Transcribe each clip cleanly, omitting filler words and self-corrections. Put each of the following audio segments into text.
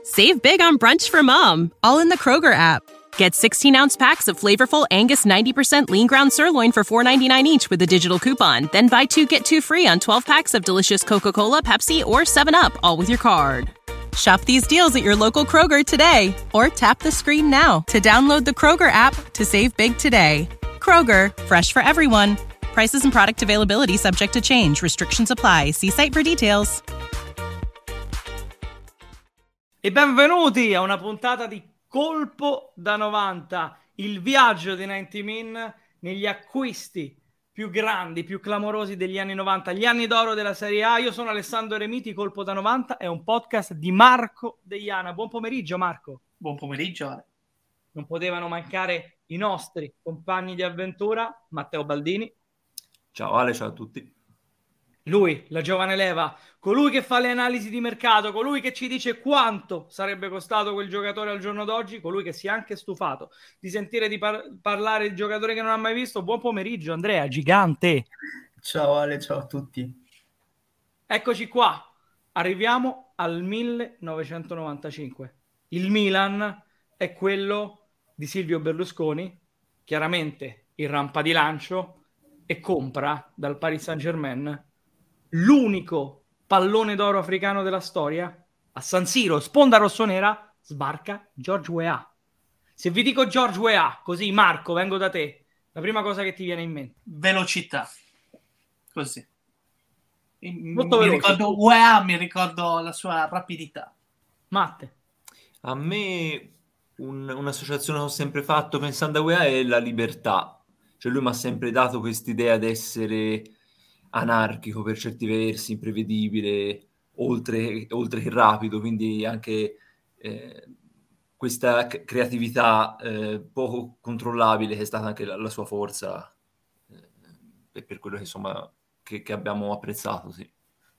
Save big on brunch for mom, all in the Kroger app. Get 16-ounce packs of flavorful Angus 90% lean ground sirloin for $4.99 each with a digital coupon. Then buy 2, get 2 free on 12 packs of delicious Coca-Cola, Pepsi, or 7-Up, all with your card. Shop these deals at your local Kroger today, or tap the screen now to download the Kroger app to save big today. Kroger, fresh for everyone. Prices and product availability subject to change. Restrictions apply. See site for details. E benvenuti a una puntata di Colpo da 90, il viaggio di 90 Min negli acquisti più grandi, più clamorosi degli anni 90, gli anni d'oro della Serie A. Io sono Alessandro Remiti, Colpo da 90 è un podcast di Marco Deiana. Buon pomeriggio Marco. Buon pomeriggio Ale. Non potevano mancare i nostri compagni di avventura, Matteo Baldini. Ciao Ale, ciao a tutti. Lui, la giovane leva, colui che fa le analisi di mercato, colui che ci dice quanto sarebbe costato quel giocatore al giorno d'oggi, colui che si è anche stufato di sentire di parlare di giocatori che non ha mai visto. Buon pomeriggio Andrea, gigante. Ciao Ale, ciao a tutti. Eccoci qua, arriviamo al 1995. Il Milan è quello di Silvio Berlusconi, chiaramente in rampa di lancio, e compra dal Paris Saint-Germain l'unico pallone d'oro africano della storia. A San Siro, sponda rossonera, sbarca George Weah. Se vi dico George Weah, così Marco, vengo da te, la prima cosa che ti viene in mente? Velocità. Così. Molto mi veloce. ricordo Weah, mi ricordo la sua rapidità. Matte. A me un'associazione che ho sempre fatto pensando a Weah è la libertà. Cioè lui mi ha sempre dato quest'idea di essere anarchico per certi versi, imprevedibile, oltre che rapido, quindi anche questa creatività poco controllabile che è stata anche la sua forza per quello che insomma che abbiamo apprezzato, sì.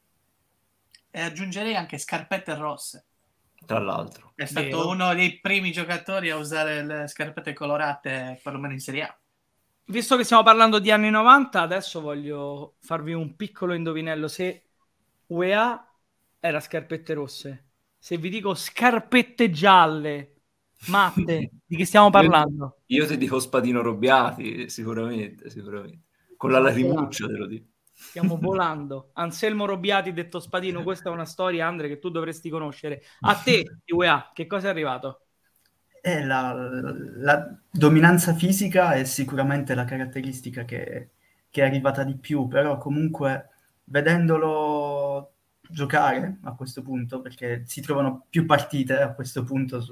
E aggiungerei anche scarpette rosse. Tra l'altro. È stato uno dei primi giocatori a usare le scarpette colorate, perlomeno in Serie A. Visto che stiamo parlando di anni 90, adesso voglio farvi un piccolo indovinello. Se UEA era scarpette rosse, se vi dico scarpette gialle, Matte, di che stiamo parlando? Io ti dico Spadino Robbiati, sicuramente. Con la lagrimuccia, te lo dico. Stiamo volando. Anselmo Robbiati, detto Spadino, questa è una storia, Andre, che tu dovresti conoscere. A te, di UEA, che cosa è arrivato? La dominanza fisica è sicuramente la caratteristica che è arrivata di più, però comunque vedendolo giocare a questo punto, perché si trovano più partite a questo punto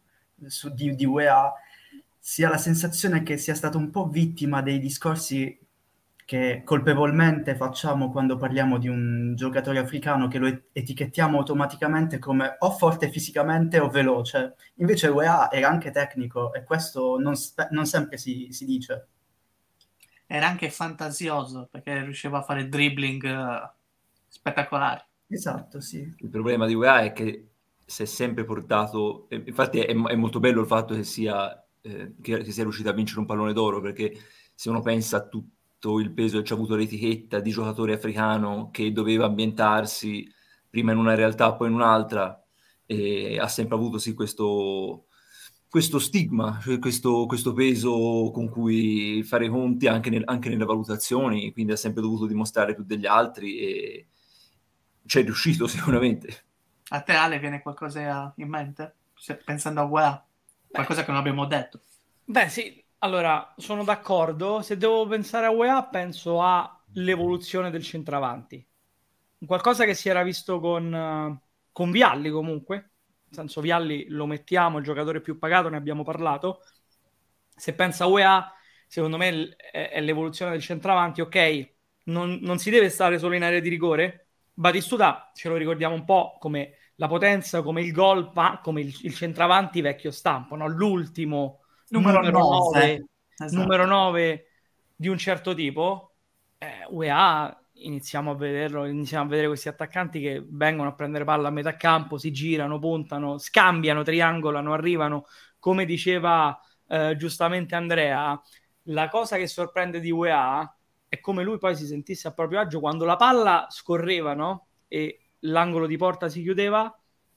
di UEA, si ha la sensazione che sia stato un po' vittima dei discorsi che colpevolmente facciamo quando parliamo di un giocatore africano, che lo etichettiamo automaticamente come o forte fisicamente o veloce. Invece UEA era anche tecnico e questo non sempre si dice. Era anche fantasioso perché riusciva a fare dribbling spettacolari. Esatto, sì. Il problema di UEA è che si è sempre portato, infatti è molto bello il fatto che sia riuscito a vincere un pallone d'oro, perché se uno pensa a tutto il peso che ci ha avuto l'etichetta di giocatore africano che doveva ambientarsi prima in una realtà poi in un'altra, e ha sempre avuto sì questo stigma, cioè questo peso con cui fare i conti anche nelle valutazioni, quindi ha sempre dovuto dimostrare più degli altri e ci è riuscito sicuramente. A te Ale viene qualcosa in mente? Pensando a UEA? Qualcosa che non abbiamo detto? Beh sì, allora sono d'accordo. Se devo pensare a UEA penso all'evoluzione del centravanti, qualcosa che si era visto con Vialli comunque, nel senso Vialli lo mettiamo, il giocatore più pagato, ne abbiamo parlato. Se pensa a UEA, secondo me è l'evoluzione del centravanti. Ok, non si deve stare solo in area di rigore. Batistuta ce lo ricordiamo un po' come la potenza, come il gol, come il centravanti vecchio stampo, no? L'ultimo numero 9, esatto. Numero 9 di un certo tipo. UEA iniziamo a vedere questi attaccanti che vengono a prendere palla a metà campo, si girano, puntano, scambiano, triangolano, arrivano, come diceva giustamente Andrea. La cosa che sorprende di UEA è come lui poi si sentisse a proprio agio quando la palla scorreva, no? E l'angolo di porta si chiudeva,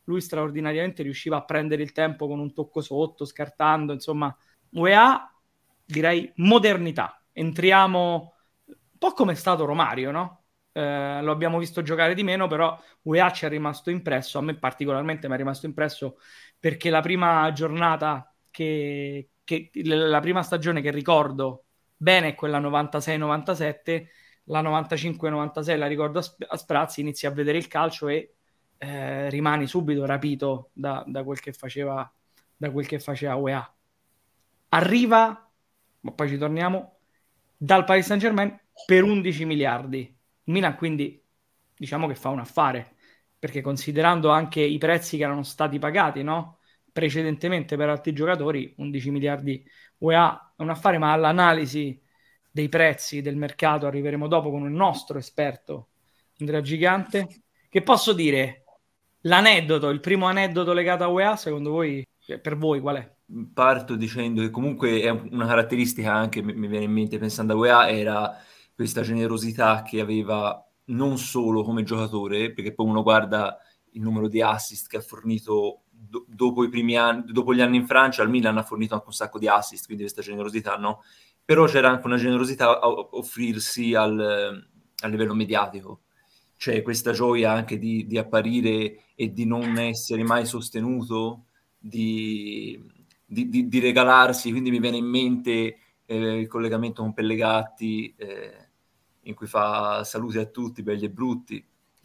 lui straordinariamente riusciva a prendere il tempo con un tocco sotto, scartando, insomma, UEA, direi modernità. Entriamo un po' come è stato Romario, no? Lo abbiamo visto giocare di meno, però UEA ci è rimasto impresso, a me particolarmente mi è rimasto impresso perché la prima giornata la prima stagione che ricordo bene è quella 96-97, la 95-96 la ricordo a sprazzi, inizi a vedere il calcio e rimani subito rapito da quel che faceva UEA. Arriva, ma poi ci torniamo, dal Paris Saint-Germain per 11 miliardi. Il Milan quindi diciamo che fa un affare, perché considerando anche i prezzi che erano stati pagati, no? Precedentemente per altri giocatori, 11 miliardi UEA è un affare, ma all'analisi dei prezzi del mercato arriveremo dopo con il nostro esperto Andrea Gigante. Che posso dire? L'aneddoto, il primo aneddoto legato a UEA, secondo voi, per voi qual è? Parto dicendo che comunque è una caratteristica anche, mi viene in mente pensando a UEA, era questa generosità che aveva non solo come giocatore, perché poi uno guarda il numero di assist che ha fornito dopo i primi anni, dopo gli anni in Francia, al Milan ha fornito anche un sacco di assist, quindi questa generosità, no? Però c'era anche una generosità a offrirsi a livello mediatico, cioè questa gioia anche di apparire e di non essere mai sostenuto, di regalarsi, quindi mi viene in mente il collegamento con Pellegatti, in cui fa saluti a tutti, belli e brutti,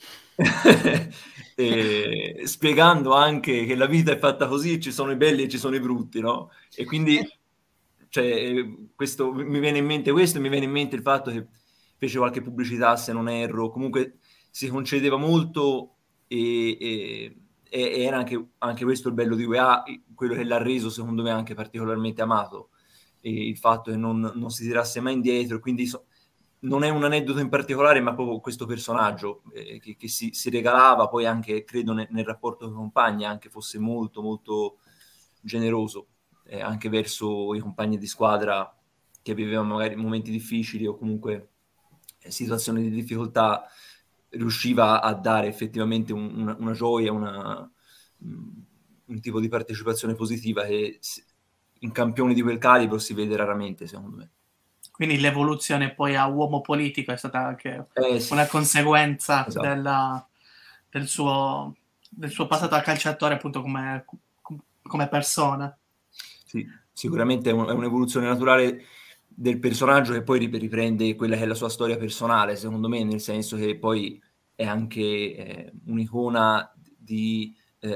e spiegando anche che la vita è fatta così, ci sono i belli e ci sono i brutti, no? E quindi questo, mi viene in mente questo, mi viene in mente il fatto che fece qualche pubblicità, se non erro, comunque si concedeva molto e era anche questo il bello di UEA, quello che l'ha reso secondo me anche particolarmente amato, e il fatto che non si tirasse mai indietro, quindi non è un aneddoto in particolare, ma proprio questo personaggio che si regalava, poi anche credo nel rapporto con i compagni anche fosse molto molto generoso, anche verso i compagni di squadra che vivevano magari momenti difficili o comunque situazioni di difficoltà, riusciva a dare effettivamente una gioia, un tipo di partecipazione positiva che in campioni di quel calibro si vede raramente, secondo me. Quindi l'evoluzione poi a uomo politico è stata anche sì, una conseguenza esatto. del suo passato al calciatore, appunto come persona. Sì, sicuramente è un'evoluzione naturale del personaggio che poi riprende quella che è la sua storia personale, secondo me, nel senso che poi è anche un'icona di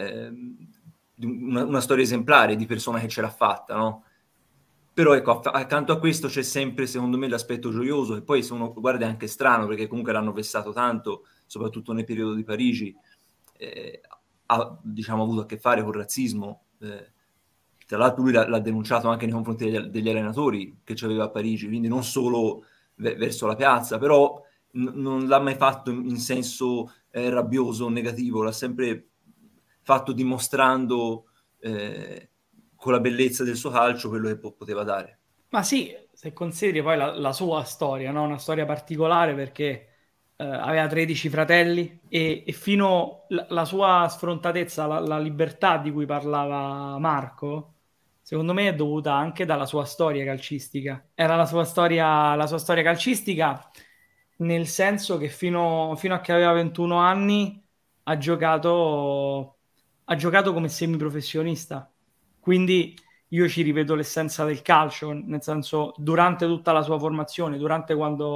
una storia esemplare di persona che ce l'ha fatta, no? Però ecco, accanto a questo c'è sempre, secondo me, l'aspetto gioioso, e poi se uno guarda è anche strano, perché comunque l'hanno vessato tanto, soprattutto nel periodo di Parigi, ha diciamo avuto a che fare con il razzismo, tra l'altro lui l'ha denunciato anche nei confronti degli allenatori che c'aveva a Parigi, quindi non solo verso la piazza, però non l'ha mai fatto in senso rabbioso o negativo, l'ha sempre fatto dimostrando con la bellezza del suo calcio quello che poteva dare. Ma sì, se consideri poi la sua storia, no? Una storia particolare perché aveva 13 fratelli e fino la sua sfrontatezza, la libertà di cui parlava Marco, secondo me è dovuta anche dalla sua storia calcistica. Era la sua storia calcistica nel senso che fino a che aveva 21 anni ha giocato come semiprofessionista. Quindi io ci rivedo l'essenza del calcio, nel senso durante tutta la sua formazione, durante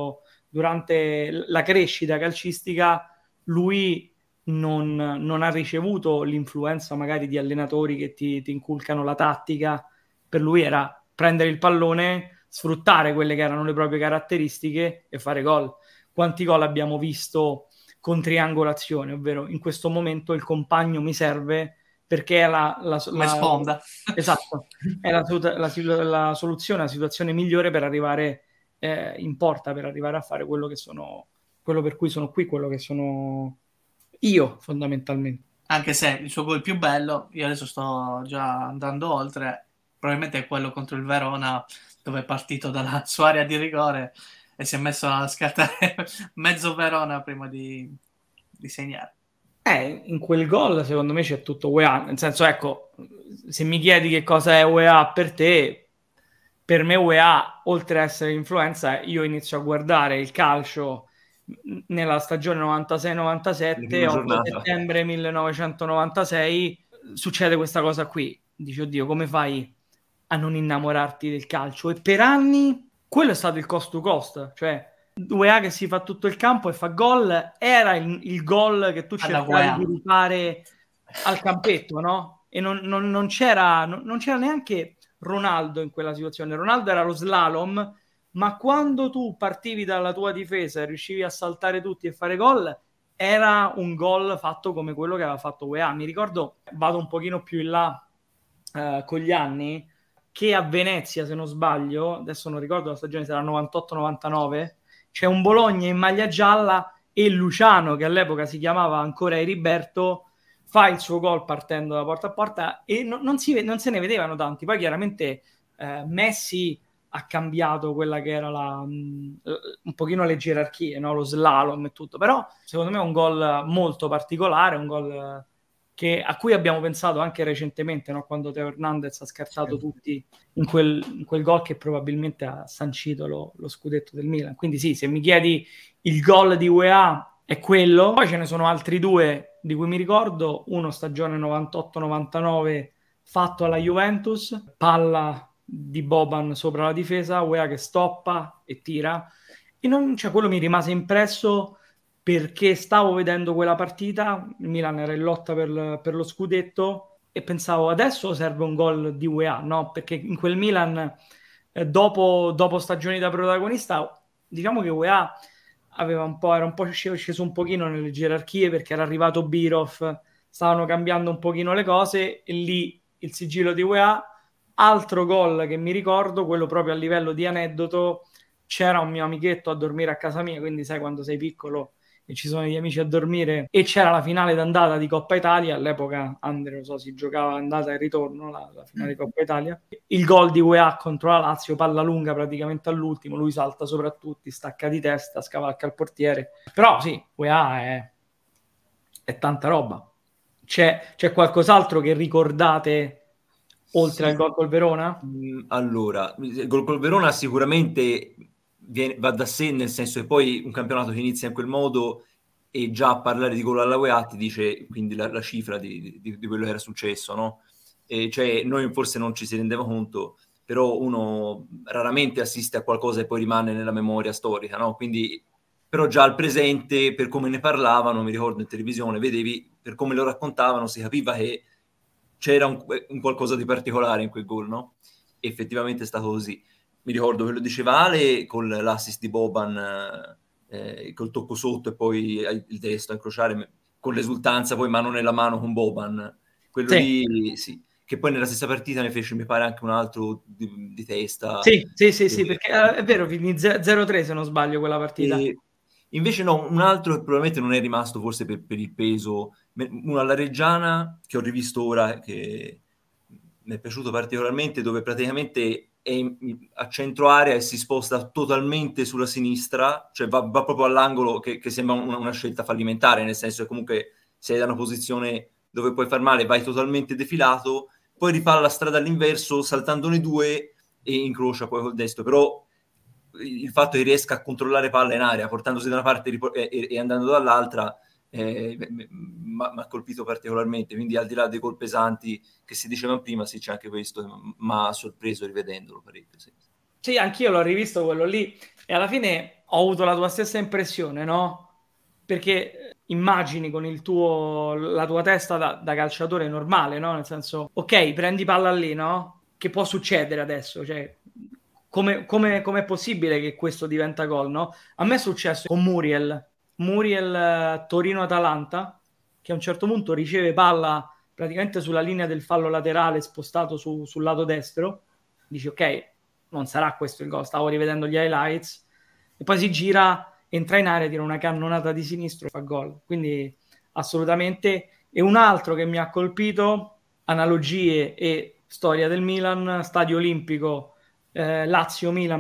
la crescita calcistica, lui non ha ricevuto l'influenza magari di allenatori che ti inculcano la tattica. Per lui era prendere il pallone, sfruttare quelle che erano le proprie caratteristiche e fare gol. Quanti gol abbiamo visto con triangolazione, ovvero in questo momento il compagno mi serve perché è come sponda. Esatto, è la soluzione, la situazione migliore per arrivare in porta, per arrivare a fare quello per cui sono qui, quello che sono io fondamentalmente. Anche se il suo gol più bello, io adesso sto già andando oltre, probabilmente è quello contro il Verona, dove è partito dalla sua area di rigore e si è messo a scattare mezzo Verona prima di segnare. In quel gol secondo me c'è tutto UEA, nel senso, ecco, se mi chiedi che cosa è UEA per te, per me UEA, oltre a essere influenza, io inizio a guardare il calcio nella stagione 96-97, 8 settembre 1996, succede questa cosa qui. Dici, oddio, come fai a non innamorarti del calcio? E per anni quello è stato il cost to cost, cioè UEA che si fa tutto il campo e fa gol, era il gol che tu cercavi di rifare al campetto, no? E non c'era neanche Ronaldo in quella situazione. Ronaldo era lo slalom, ma quando tu partivi dalla tua difesa e riuscivi a saltare tutti e fare gol, era un gol fatto come quello che aveva fatto UEA. Mi ricordo, vado un pochino più in là con gli anni, che a Venezia, se non sbaglio, adesso non ricordo la stagione, sarà 98-99, c'è un Bologna in maglia gialla e Luciano, che all'epoca si chiamava ancora Heriberto, fa il suo gol partendo da porta a porta e non se ne vedevano tanti. Poi chiaramente Messi ha cambiato quella che era un pochino le gerarchie, no? Lo slalom e tutto, però secondo me è un gol molto particolare, un gol a cui abbiamo pensato anche recentemente, no? Quando Teo Hernandez ha scartato tutti in quel gol che probabilmente ha sancito lo scudetto del Milan. Quindi sì, se mi chiedi il gol di UEA è quello. Poi ce ne sono altri due di cui mi ricordo, uno stagione 98-99 fatto alla Juventus, palla di Boban sopra la difesa, UEA che stoppa e tira, e quello mi rimase impresso perché stavo vedendo quella partita, il Milan era in lotta per lo scudetto e pensavo adesso serve un gol di UEA, no? Perché in quel Milan dopo stagioni da protagonista, diciamo che UEA era un po' sceso un pochino nelle gerarchie perché era arrivato Birov, stavano cambiando un pochino le cose e lì il sigillo di UEA. Altro gol che mi ricordo, quello proprio a livello di aneddoto, c'era un mio amichetto a dormire a casa mia, quindi sai quando sei piccolo e ci sono gli amici a dormire, e c'era la finale d'andata di Coppa Italia, all'epoca Andre, non so, si giocava andata e ritorno, la finale di Coppa Italia, il gol di UEA contro la Lazio, palla lunga praticamente all'ultimo, lui salta sopra tutti, stacca di testa, scavalca il portiere, però sì, UEA è tanta roba. C'è qualcos'altro che ricordate oltre al gol col Verona? Allora, il gol col Verona sicuramente va da sé, nel senso che poi un campionato che inizia in quel modo e già a parlare di gol alla UEA ti dice quindi la cifra di quello che era successo, no? E cioè noi forse non ci si rendeva conto, però uno raramente assiste a qualcosa e poi rimane nella memoria storica, no? Quindi, però già al presente, per come ne parlavano, mi ricordo in televisione, vedevi, per come lo raccontavano, si capiva che c'era un qualcosa di particolare in quel gol, no? E effettivamente è stato così. Mi ricordo che lo diceva Ale con l'assist di Boban, col tocco sotto e poi il destro a incrociare, con l'esultanza poi mano nella mano con Boban. Quello sì. lì, sì. Che poi nella stessa partita ne fece, mi pare, anche un altro di testa. Sì, perché è vero, finì 0-3 se non sbaglio quella partita. E invece no, un altro che probabilmente non è rimasto forse per il peso, uno alla Reggiana che ho rivisto ora, che mi è piaciuto particolarmente, dove praticamente è a centro area e si sposta totalmente sulla sinistra, cioè va proprio all'angolo, che sembra una scelta fallimentare, nel senso che comunque sei da una posizione dove puoi far male, vai totalmente defilato, poi rifà la strada all'inverso saltandone due e incrocia poi col destro, però il fatto che riesca a controllare palla in aria portandosi da una parte e andando dall'altra mi ha colpito particolarmente, quindi al di là dei gol pesanti che si dicevano prima, sì, c'è anche questo, mi ha sorpreso rivedendolo parecchio. Sì, anch'io l'ho rivisto quello lì e alla fine ho avuto la tua stessa impressione, no? Perché immagini con la tua testa da calciatore normale, no? Nel senso, ok, prendi palla lì, no? Che può succedere adesso? Cioè, com'è possibile che questo diventa gol, no? A me è successo con Muriel Torino-Atalanta, che a un certo punto riceve palla praticamente sulla linea del fallo laterale spostato sul lato destro, dici ok, non sarà questo il gol, stavo rivedendo gli highlights, e poi si gira, entra in area, tira una cannonata di sinistro e fa gol, quindi assolutamente. E un altro che mi ha colpito, analogie e storia del Milan, Stadio Olimpico, Lazio-Milan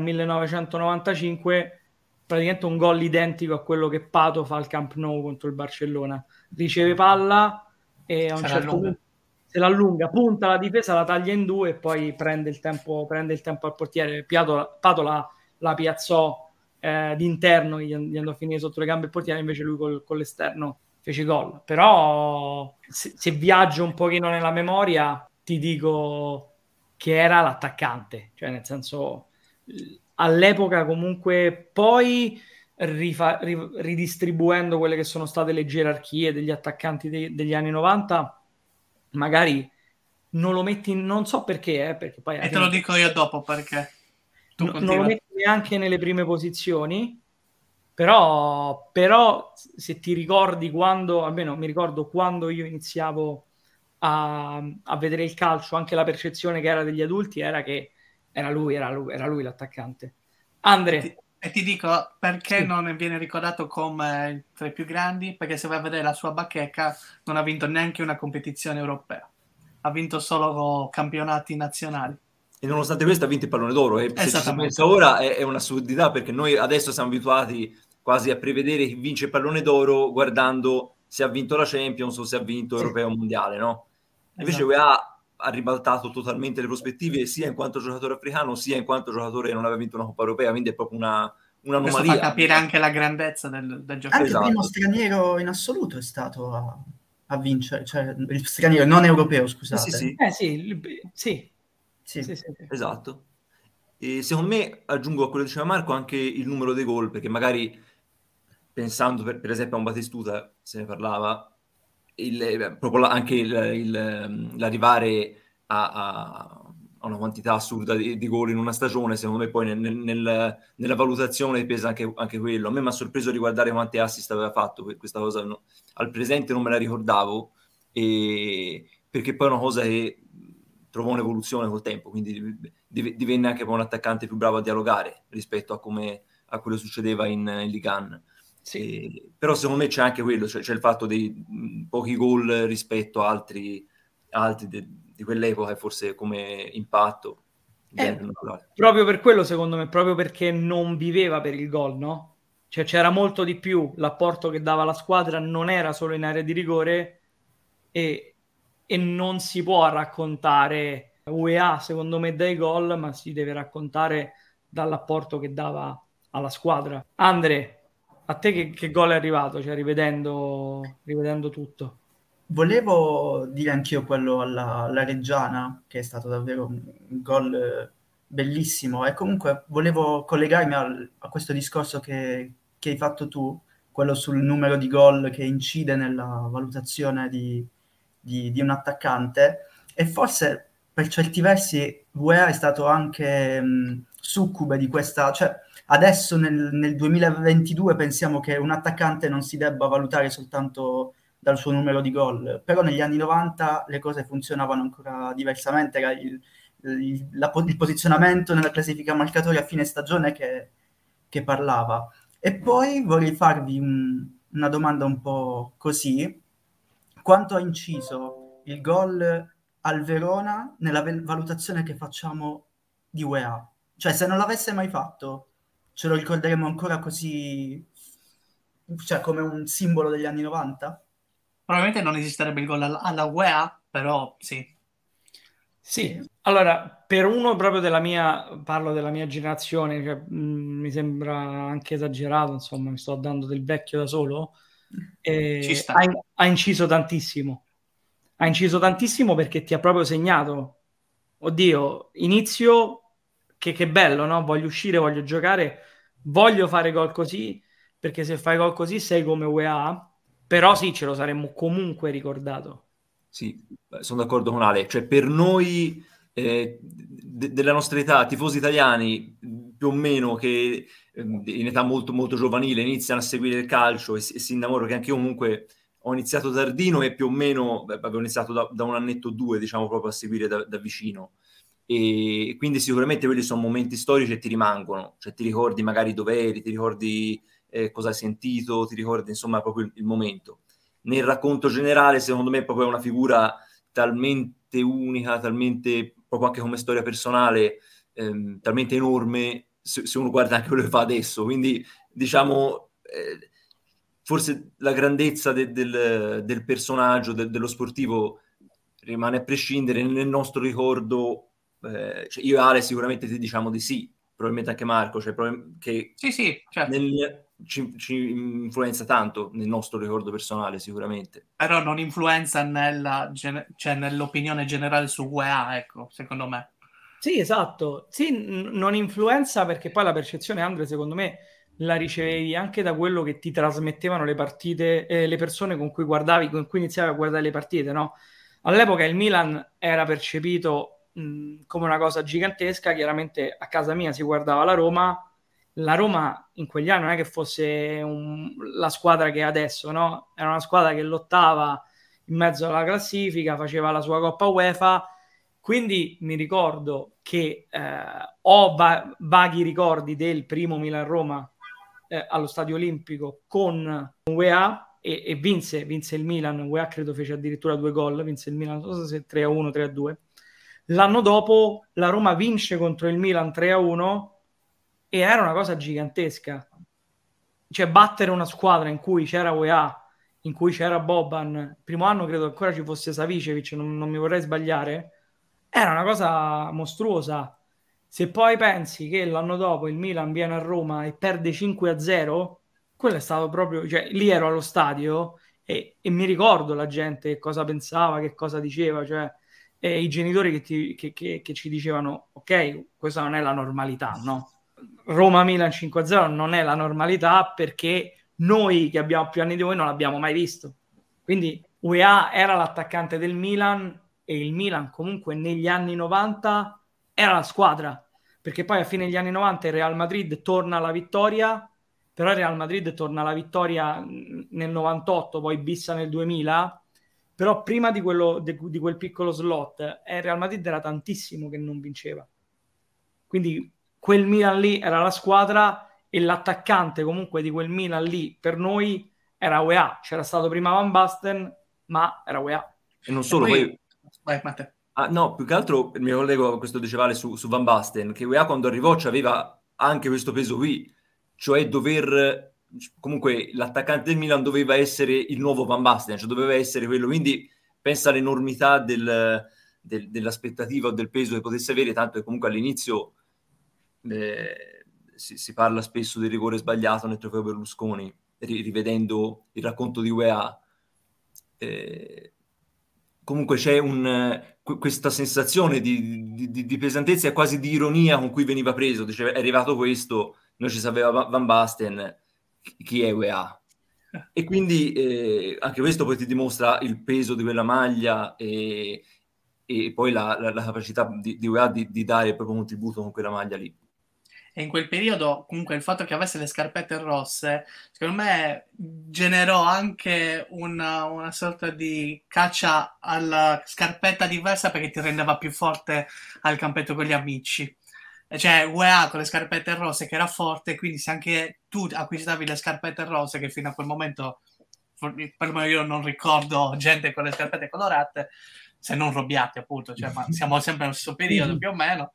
1995, praticamente un gol identico a quello che Pato fa al Camp Nou contro il Barcellona. riceve palla e a un Se certo l'allunga. punto se l'allunga, punta la difesa, la taglia in due e poi prende il tempo al portiere. Patola la piazzò d'interno, gli andò a finire sotto le gambe il portiere, invece lui con l'esterno fece gol. Però se viaggio un pochino nella memoria ti dico che era l'attaccante, cioè nel senso all'epoca comunque poi ridistribuendo quelle che sono state le gerarchie degli attaccanti degli anni 90, magari non lo metti, non so perché poi alla E te lo fine dico io dopo perché tu non lo continua. metti neanche nelle prime posizioni, però se ti ricordi quando, almeno mi ricordo quando io iniziavo a vedere il calcio, anche la percezione che era degli adulti era che era lui l'attaccante. Andre, E ti dico perché sì. non viene ricordato come tra i più grandi, perché se vai a vedere la sua bacheca non ha vinto neanche una competizione europea, ha vinto solo campionati nazionali. E nonostante questo ha vinto il pallone d'oro, e se ci si Esattamente. pensa ora è un'assurdità, perché noi adesso siamo abituati quasi a prevedere chi vince il pallone d'oro guardando se ha vinto la Champions o se ha vinto europeo o mondiale, no? Invece Esatto. UEA ha ribaltato totalmente le prospettive, sia in quanto giocatore africano, sia in quanto giocatore che non aveva vinto una Coppa Europea, quindi è proprio un'anomalia. Questo fa capire anche la grandezza del giocatore. Anche Esatto. il primo straniero in assoluto è stato a vincere, cioè il straniero non europeo, scusate. Sì. Sì. Esatto. E secondo me, aggiungo a quello che diceva Marco, anche il numero dei gol, perché magari pensando per esempio a un Batistuta, se ne parlava, proprio anche l'arrivare a una quantità assurda di gol in una stagione, secondo me poi nella valutazione pesa anche quello. A me mi ha sorpreso riguardare quanti assist aveva fatto, questa cosa al presente non me la ricordavo, perché poi è una cosa che trovò un'evoluzione col tempo, quindi divenne anche poi un attaccante più bravo a dialogare rispetto a quello che succedeva in Ligue 1. Sì. Però secondo me c'è anche quello, c'è il fatto dei pochi gol rispetto a altri di quell'epoca, e forse come impatto naturale. Proprio per quello, secondo me, proprio perché non viveva per il gol, no? Cioè c'era molto di più, l'apporto che dava la squadra non era solo in area di rigore e non si può raccontare UEA, secondo me, dai gol, ma si deve raccontare dall'apporto che dava alla squadra. Andre, a te che gol è arrivato? Cioè rivedendo tutto. Volevo dire anch'io quello alla Reggiana, che è stato davvero un gol bellissimo, e comunque volevo collegarmi a questo discorso che hai fatto tu, quello sul numero di gol che incide nella valutazione di un attaccante, e forse per certi versi UEA è stato anche succube di questa, cioè adesso nel 2022 pensiamo che un attaccante non si debba valutare soltanto dal suo numero di gol, però negli anni 90 le cose funzionavano ancora diversamente, era il posizionamento nella classifica marcatori a fine stagione che parlava. E poi vorrei farvi una domanda un po' così: quanto ha inciso il gol al Verona nella valutazione che facciamo di UEA? Cioè, se non l'avesse mai fatto, ce lo ricorderemo ancora così, cioè come un simbolo degli anni 90? Probabilmente non esisterebbe il gol alla UEA, però sì. Sì, allora, per uno proprio parlo della mia generazione, cioè, mi sembra anche esagerato, insomma, mi sto dando del vecchio da solo, Ci sta. ha inciso tantissimo. Ha inciso tantissimo perché ti ha proprio segnato. Oddio, inizio, che bello, no? Voglio uscire, voglio giocare, voglio fare gol così, perché se fai gol così sei come UEA, però sì, ce lo saremmo comunque ricordato. Sì, sono d'accordo con Ale. Cioè, per noi della nostra età, tifosi italiani, più o meno che in età molto, molto giovanile iniziano a seguire il calcio e si innamorano, che anche io comunque ho iniziato tardino e più o meno avevo iniziato da un annetto o due, diciamo, proprio a seguire da vicino. E quindi sicuramente quelli sono momenti storici e ti rimangono. Cioè, ti ricordi magari dove eri, ti ricordi cosa hai sentito, ti ricordi insomma proprio il momento. Nel racconto generale, secondo me, è proprio una figura talmente unica, talmente, proprio anche come storia personale, talmente enorme, se uno guarda anche quello che fa adesso. Quindi, diciamo, forse la grandezza del personaggio, dello sportivo rimane a prescindere nel nostro ricordo. Cioè io e Ale sicuramente ti diciamo di sì, probabilmente anche Marco, cioè che Sì, certo. ci influenza tanto nel nostro ricordo personale sicuramente. Però non influenza cioè nell'opinione generale su UEA, ecco, secondo me. Sì, esatto. Sì, non influenza perché poi la percezione, Andre, secondo me, la ricevevi anche da quello che ti trasmettevano le partite, le persone con cui guardavi, con cui iniziavi a guardare le partite, no? All'epoca il Milan era percepito come una cosa gigantesca, chiaramente a casa mia si guardava la Roma in quegli anni non è che fosse la squadra che è adesso, no? Era una squadra che lottava in mezzo alla classifica, faceva la sua Coppa UEFA, quindi mi ricordo che ho vaghi ricordi del primo Milan-Roma allo Stadio Olimpico con UEA e vinse il Milan. UEA credo fece addirittura 2 gol, vinse il Milan, non so se 3-1, 3-2. L'anno dopo la Roma vince contro il Milan 3-1 e era una cosa gigantesca. Cioè battere una squadra in cui c'era UEA, in cui c'era Boban, il primo anno credo ancora ci fosse Savicevic, non mi vorrei sbagliare, era una cosa mostruosa. Se poi pensi che l'anno dopo il Milan viene a Roma e perde 5-0, quello è stato proprio, cioè lì ero allo stadio e mi ricordo la gente che cosa pensava, che cosa diceva, cioè e i genitori che ci dicevano ok, questa non è la normalità, no? Roma-Milan 5-0 non è la normalità perché noi che abbiamo più anni di voi non l'abbiamo mai visto. Quindi UEA era l'attaccante del Milan e il Milan comunque negli anni 90 era la squadra, perché poi a fine degli anni 90 il Real Madrid torna alla vittoria, però il Real Madrid torna alla vittoria nel 98, poi bissa nel 2000, però prima di quel piccolo slot il Real Madrid era tantissimo che non vinceva. Quindi quel Milan lì era la squadra e l'attaccante comunque di quel Milan lì per noi era UEA. C'era stato prima Van Basten, ma era UEA. E non solo, poi... Vai, Matteo. No, più che altro mi collego a questo diceva su Van Basten, che UEA quando arrivò aveva anche questo peso qui, cioè comunque l'attaccante del Milan doveva essere il nuovo Van Basten, cioè doveva essere quello, quindi pensa all'enormità dell'aspettativa o del peso che potesse avere, tanto che comunque all'inizio si parla spesso del rigore sbagliato nel trofeo Berlusconi, rivedendo il racconto di UEA. Comunque c'è questa sensazione di pesantezza e quasi di ironia con cui veniva preso. Diceva, è arrivato questo, noi ci sapeva Van Basten, chi è UEA? E quindi anche questo poi ti dimostra il peso di quella maglia e poi la capacità di UEA di dare il proprio contributo con quella maglia lì. E in quel periodo, comunque, il fatto che avesse le scarpette rosse, secondo me, generò anche una sorta di caccia alla scarpetta diversa perché ti rendeva più forte al campetto con gli amici. Cioè, UEA con le scarpette rosse che era forte, quindi se anche tu acquistavi le scarpette rosse, che fino a quel momento, perlomeno io non ricordo gente con le scarpette colorate, se non Robbiati, appunto, cioè, ma siamo sempre nello stesso periodo più o meno.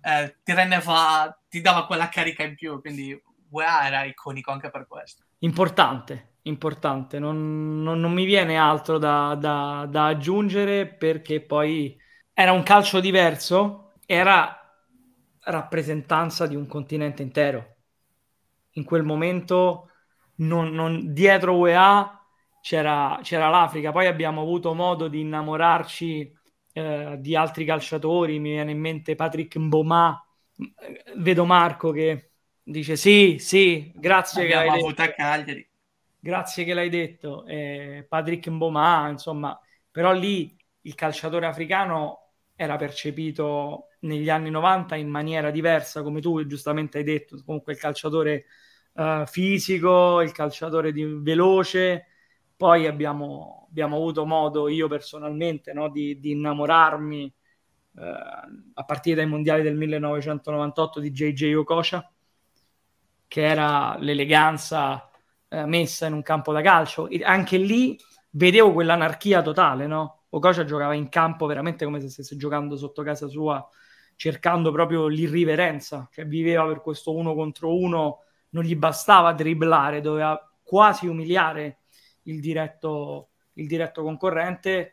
Ti dava quella carica in più, quindi UEA era iconico anche per questo. Importante, non mi viene altro da aggiungere perché poi era un calcio diverso, era rappresentanza di un continente intero. In quel momento dietro UEA c'era l'Africa, poi abbiamo avuto modo di innamorarci di altri calciatori, mi viene in mente Patrick Mboma, vedo Marco che dice sì, grazie che l'hai detto. A Cagliari. Grazie che l'hai detto, Patrick Mboma, insomma, però lì il calciatore africano era percepito negli anni 90 in maniera diversa, come tu giustamente hai detto, comunque il calciatore fisico, il calciatore veloce. Poi abbiamo avuto modo, io personalmente, no, di innamorarmi a partire dai mondiali del 1998 di JJ Okocha, che era l'eleganza messa in un campo da calcio. E anche lì vedevo quell'anarchia totale, no? Okocha giocava in campo veramente come se stesse giocando sotto casa sua, cercando proprio l'irriverenza, cioè viveva per questo 1 contro 1, non gli bastava dribblare, doveva quasi umiliare il diretto concorrente,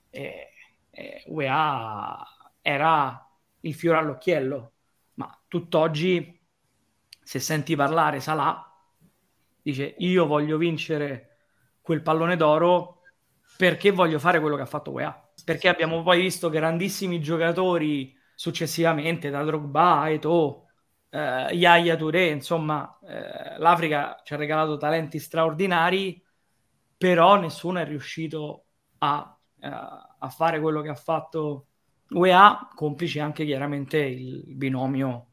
UEA era il fiore all'occhiello. Ma tutt'oggi, se senti parlare Salah, dice: io voglio vincere quel pallone d'oro perché voglio fare quello che ha fatto UEA. Perché abbiamo poi visto grandissimi giocatori successivamente, da Drogba a Eto'o, Yaya Touré, insomma, l'Africa ci ha regalato talenti straordinari, però nessuno è riuscito a fare quello che ha fatto UEA, complice anche chiaramente il binomio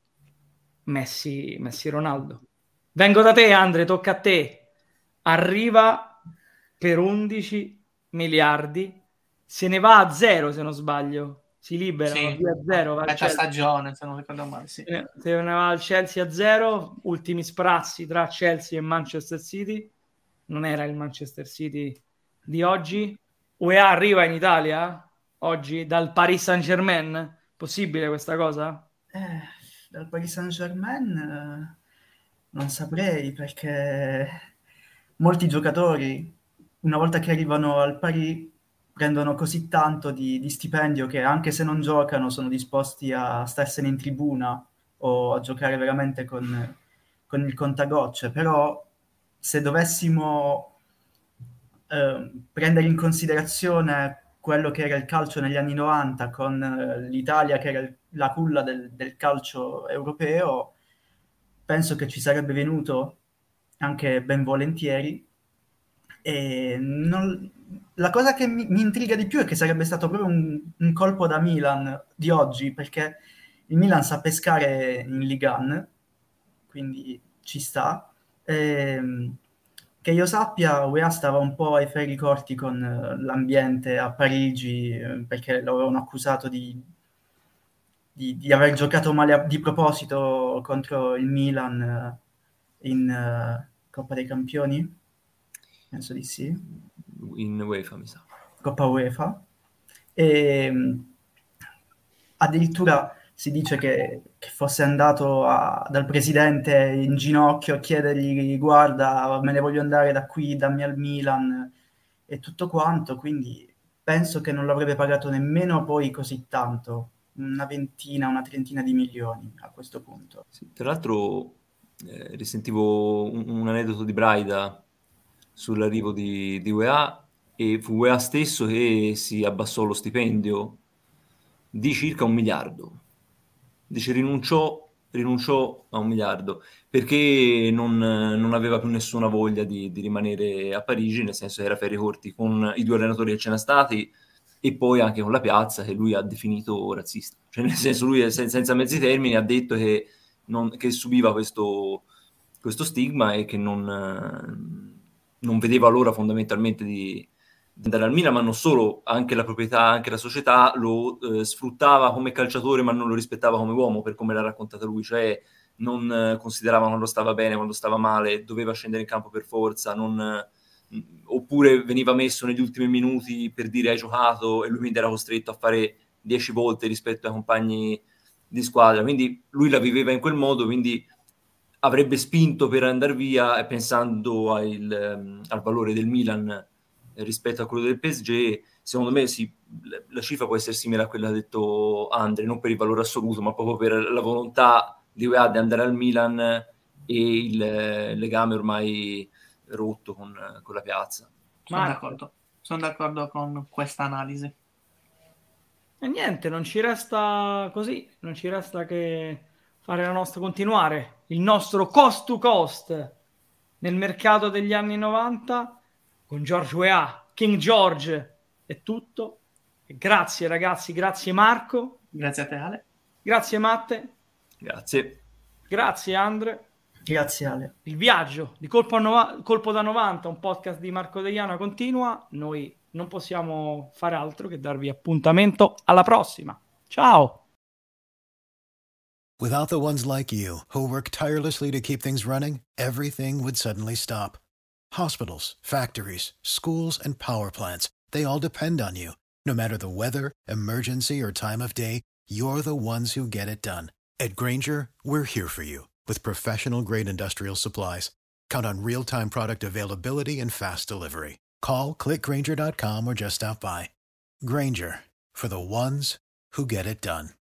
Messi-Ronaldo. Vengo da te, Andre, tocca a te. Arriva per 11 miliardi, se ne va a 0 se non sbaglio, si libera, Sì, via a 0, va al metà Chelsea. stagione, se non ricordo male, sì. Se ne va al Chelsea a 0, ultimi sprazzi tra Chelsea e Manchester City. Non era il Manchester City di oggi. UEA arriva in Italia oggi dal Paris Saint-Germain? Possibile questa cosa? Dal Paris Saint-Germain non saprei, perché molti giocatori, una volta che arrivano al Paris, prendono così tanto di stipendio che anche se non giocano sono disposti a starsene in tribuna o a giocare veramente con il contagocce. Però se dovessimo prendere in considerazione quello che era il calcio negli anni 90 con l'Italia che era la culla del calcio europeo, penso che ci sarebbe venuto anche ben volentieri. E la cosa che mi intriga di più è che sarebbe stato proprio un colpo da Milan di oggi, perché il Milan sa pescare in Ligue 1, quindi ci sta. Che io sappia, UEA stava un po' ai ferri corti con l'ambiente a Parigi, perché lo avevano accusato di aver giocato male di proposito contro il Milan in Coppa dei Campioni. Penso di sì. In UEFA, mi sa. Coppa UEFA. E addirittura si dice che fosse andato dal presidente in ginocchio a chiedergli: guarda, me ne voglio andare da qui, dammi al Milan e tutto quanto. Quindi penso che non l'avrebbe pagato nemmeno poi così tanto, una trentina di milioni a questo punto. Sì, tra l'altro risentivo un aneddoto di Braida sull'arrivo di UEA, e fu UEA stesso che si abbassò lo stipendio di circa 1 miliardo. Dice rinunciò a 1 miliardo perché non aveva più nessuna voglia di rimanere a Parigi, nel senso che era ferri corti con i 2 allenatori che c'erano stati e poi anche con la piazza, che lui ha definito razzista. Cioè, nel senso, lui senza mezzi termini ha detto che subiva questo stigma e che non vedeva l'ora fondamentalmente di andare al Milan, ma non solo, anche la proprietà, anche la società lo sfruttava come calciatore, ma non lo rispettava come uomo, per come l'ha raccontata lui, cioè non considerava quando stava bene, quando stava male, doveva scendere in campo per forza, oppure veniva messo negli ultimi minuti per dire hai giocato, e lui quindi era costretto a fare 10 volte rispetto ai compagni di squadra. Quindi lui la viveva in quel modo, quindi avrebbe spinto per andare via, pensando al valore del Milan rispetto a quello del PSG. Secondo me sì, la cifra può essere simile a quella che ha detto Andre, non per il valore assoluto, ma proprio per la volontà di UEA di andare al Milan e il legame ormai rotto con la piazza. Sono d'accordo con questa analisi. E niente, non ci resta che continuare il nostro cost to cost nel mercato degli anni 90 con George Weah, King George. È tutto. E grazie ragazzi, grazie Marco. Grazie a te Ale. Grazie Matte. Grazie. Grazie Andre. Grazie Ale. Il viaggio di Colpo da 90, un podcast di Marco Deiana continua. Noi non possiamo fare altro che darvi appuntamento alla prossima. Ciao! Without the ones like you, who work tirelessly to keep things running, everything would suddenly stop. Hospitals, factories, schools, and power plants, they all depend on you. No matter the weather, emergency, or time of day, you're the ones who get it done. At Grainger, we're here for you with professional-grade industrial supplies. Count on real-time product availability and fast delivery. Call, click Grainger.com, or just stop by. Grainger, for the ones who get it done.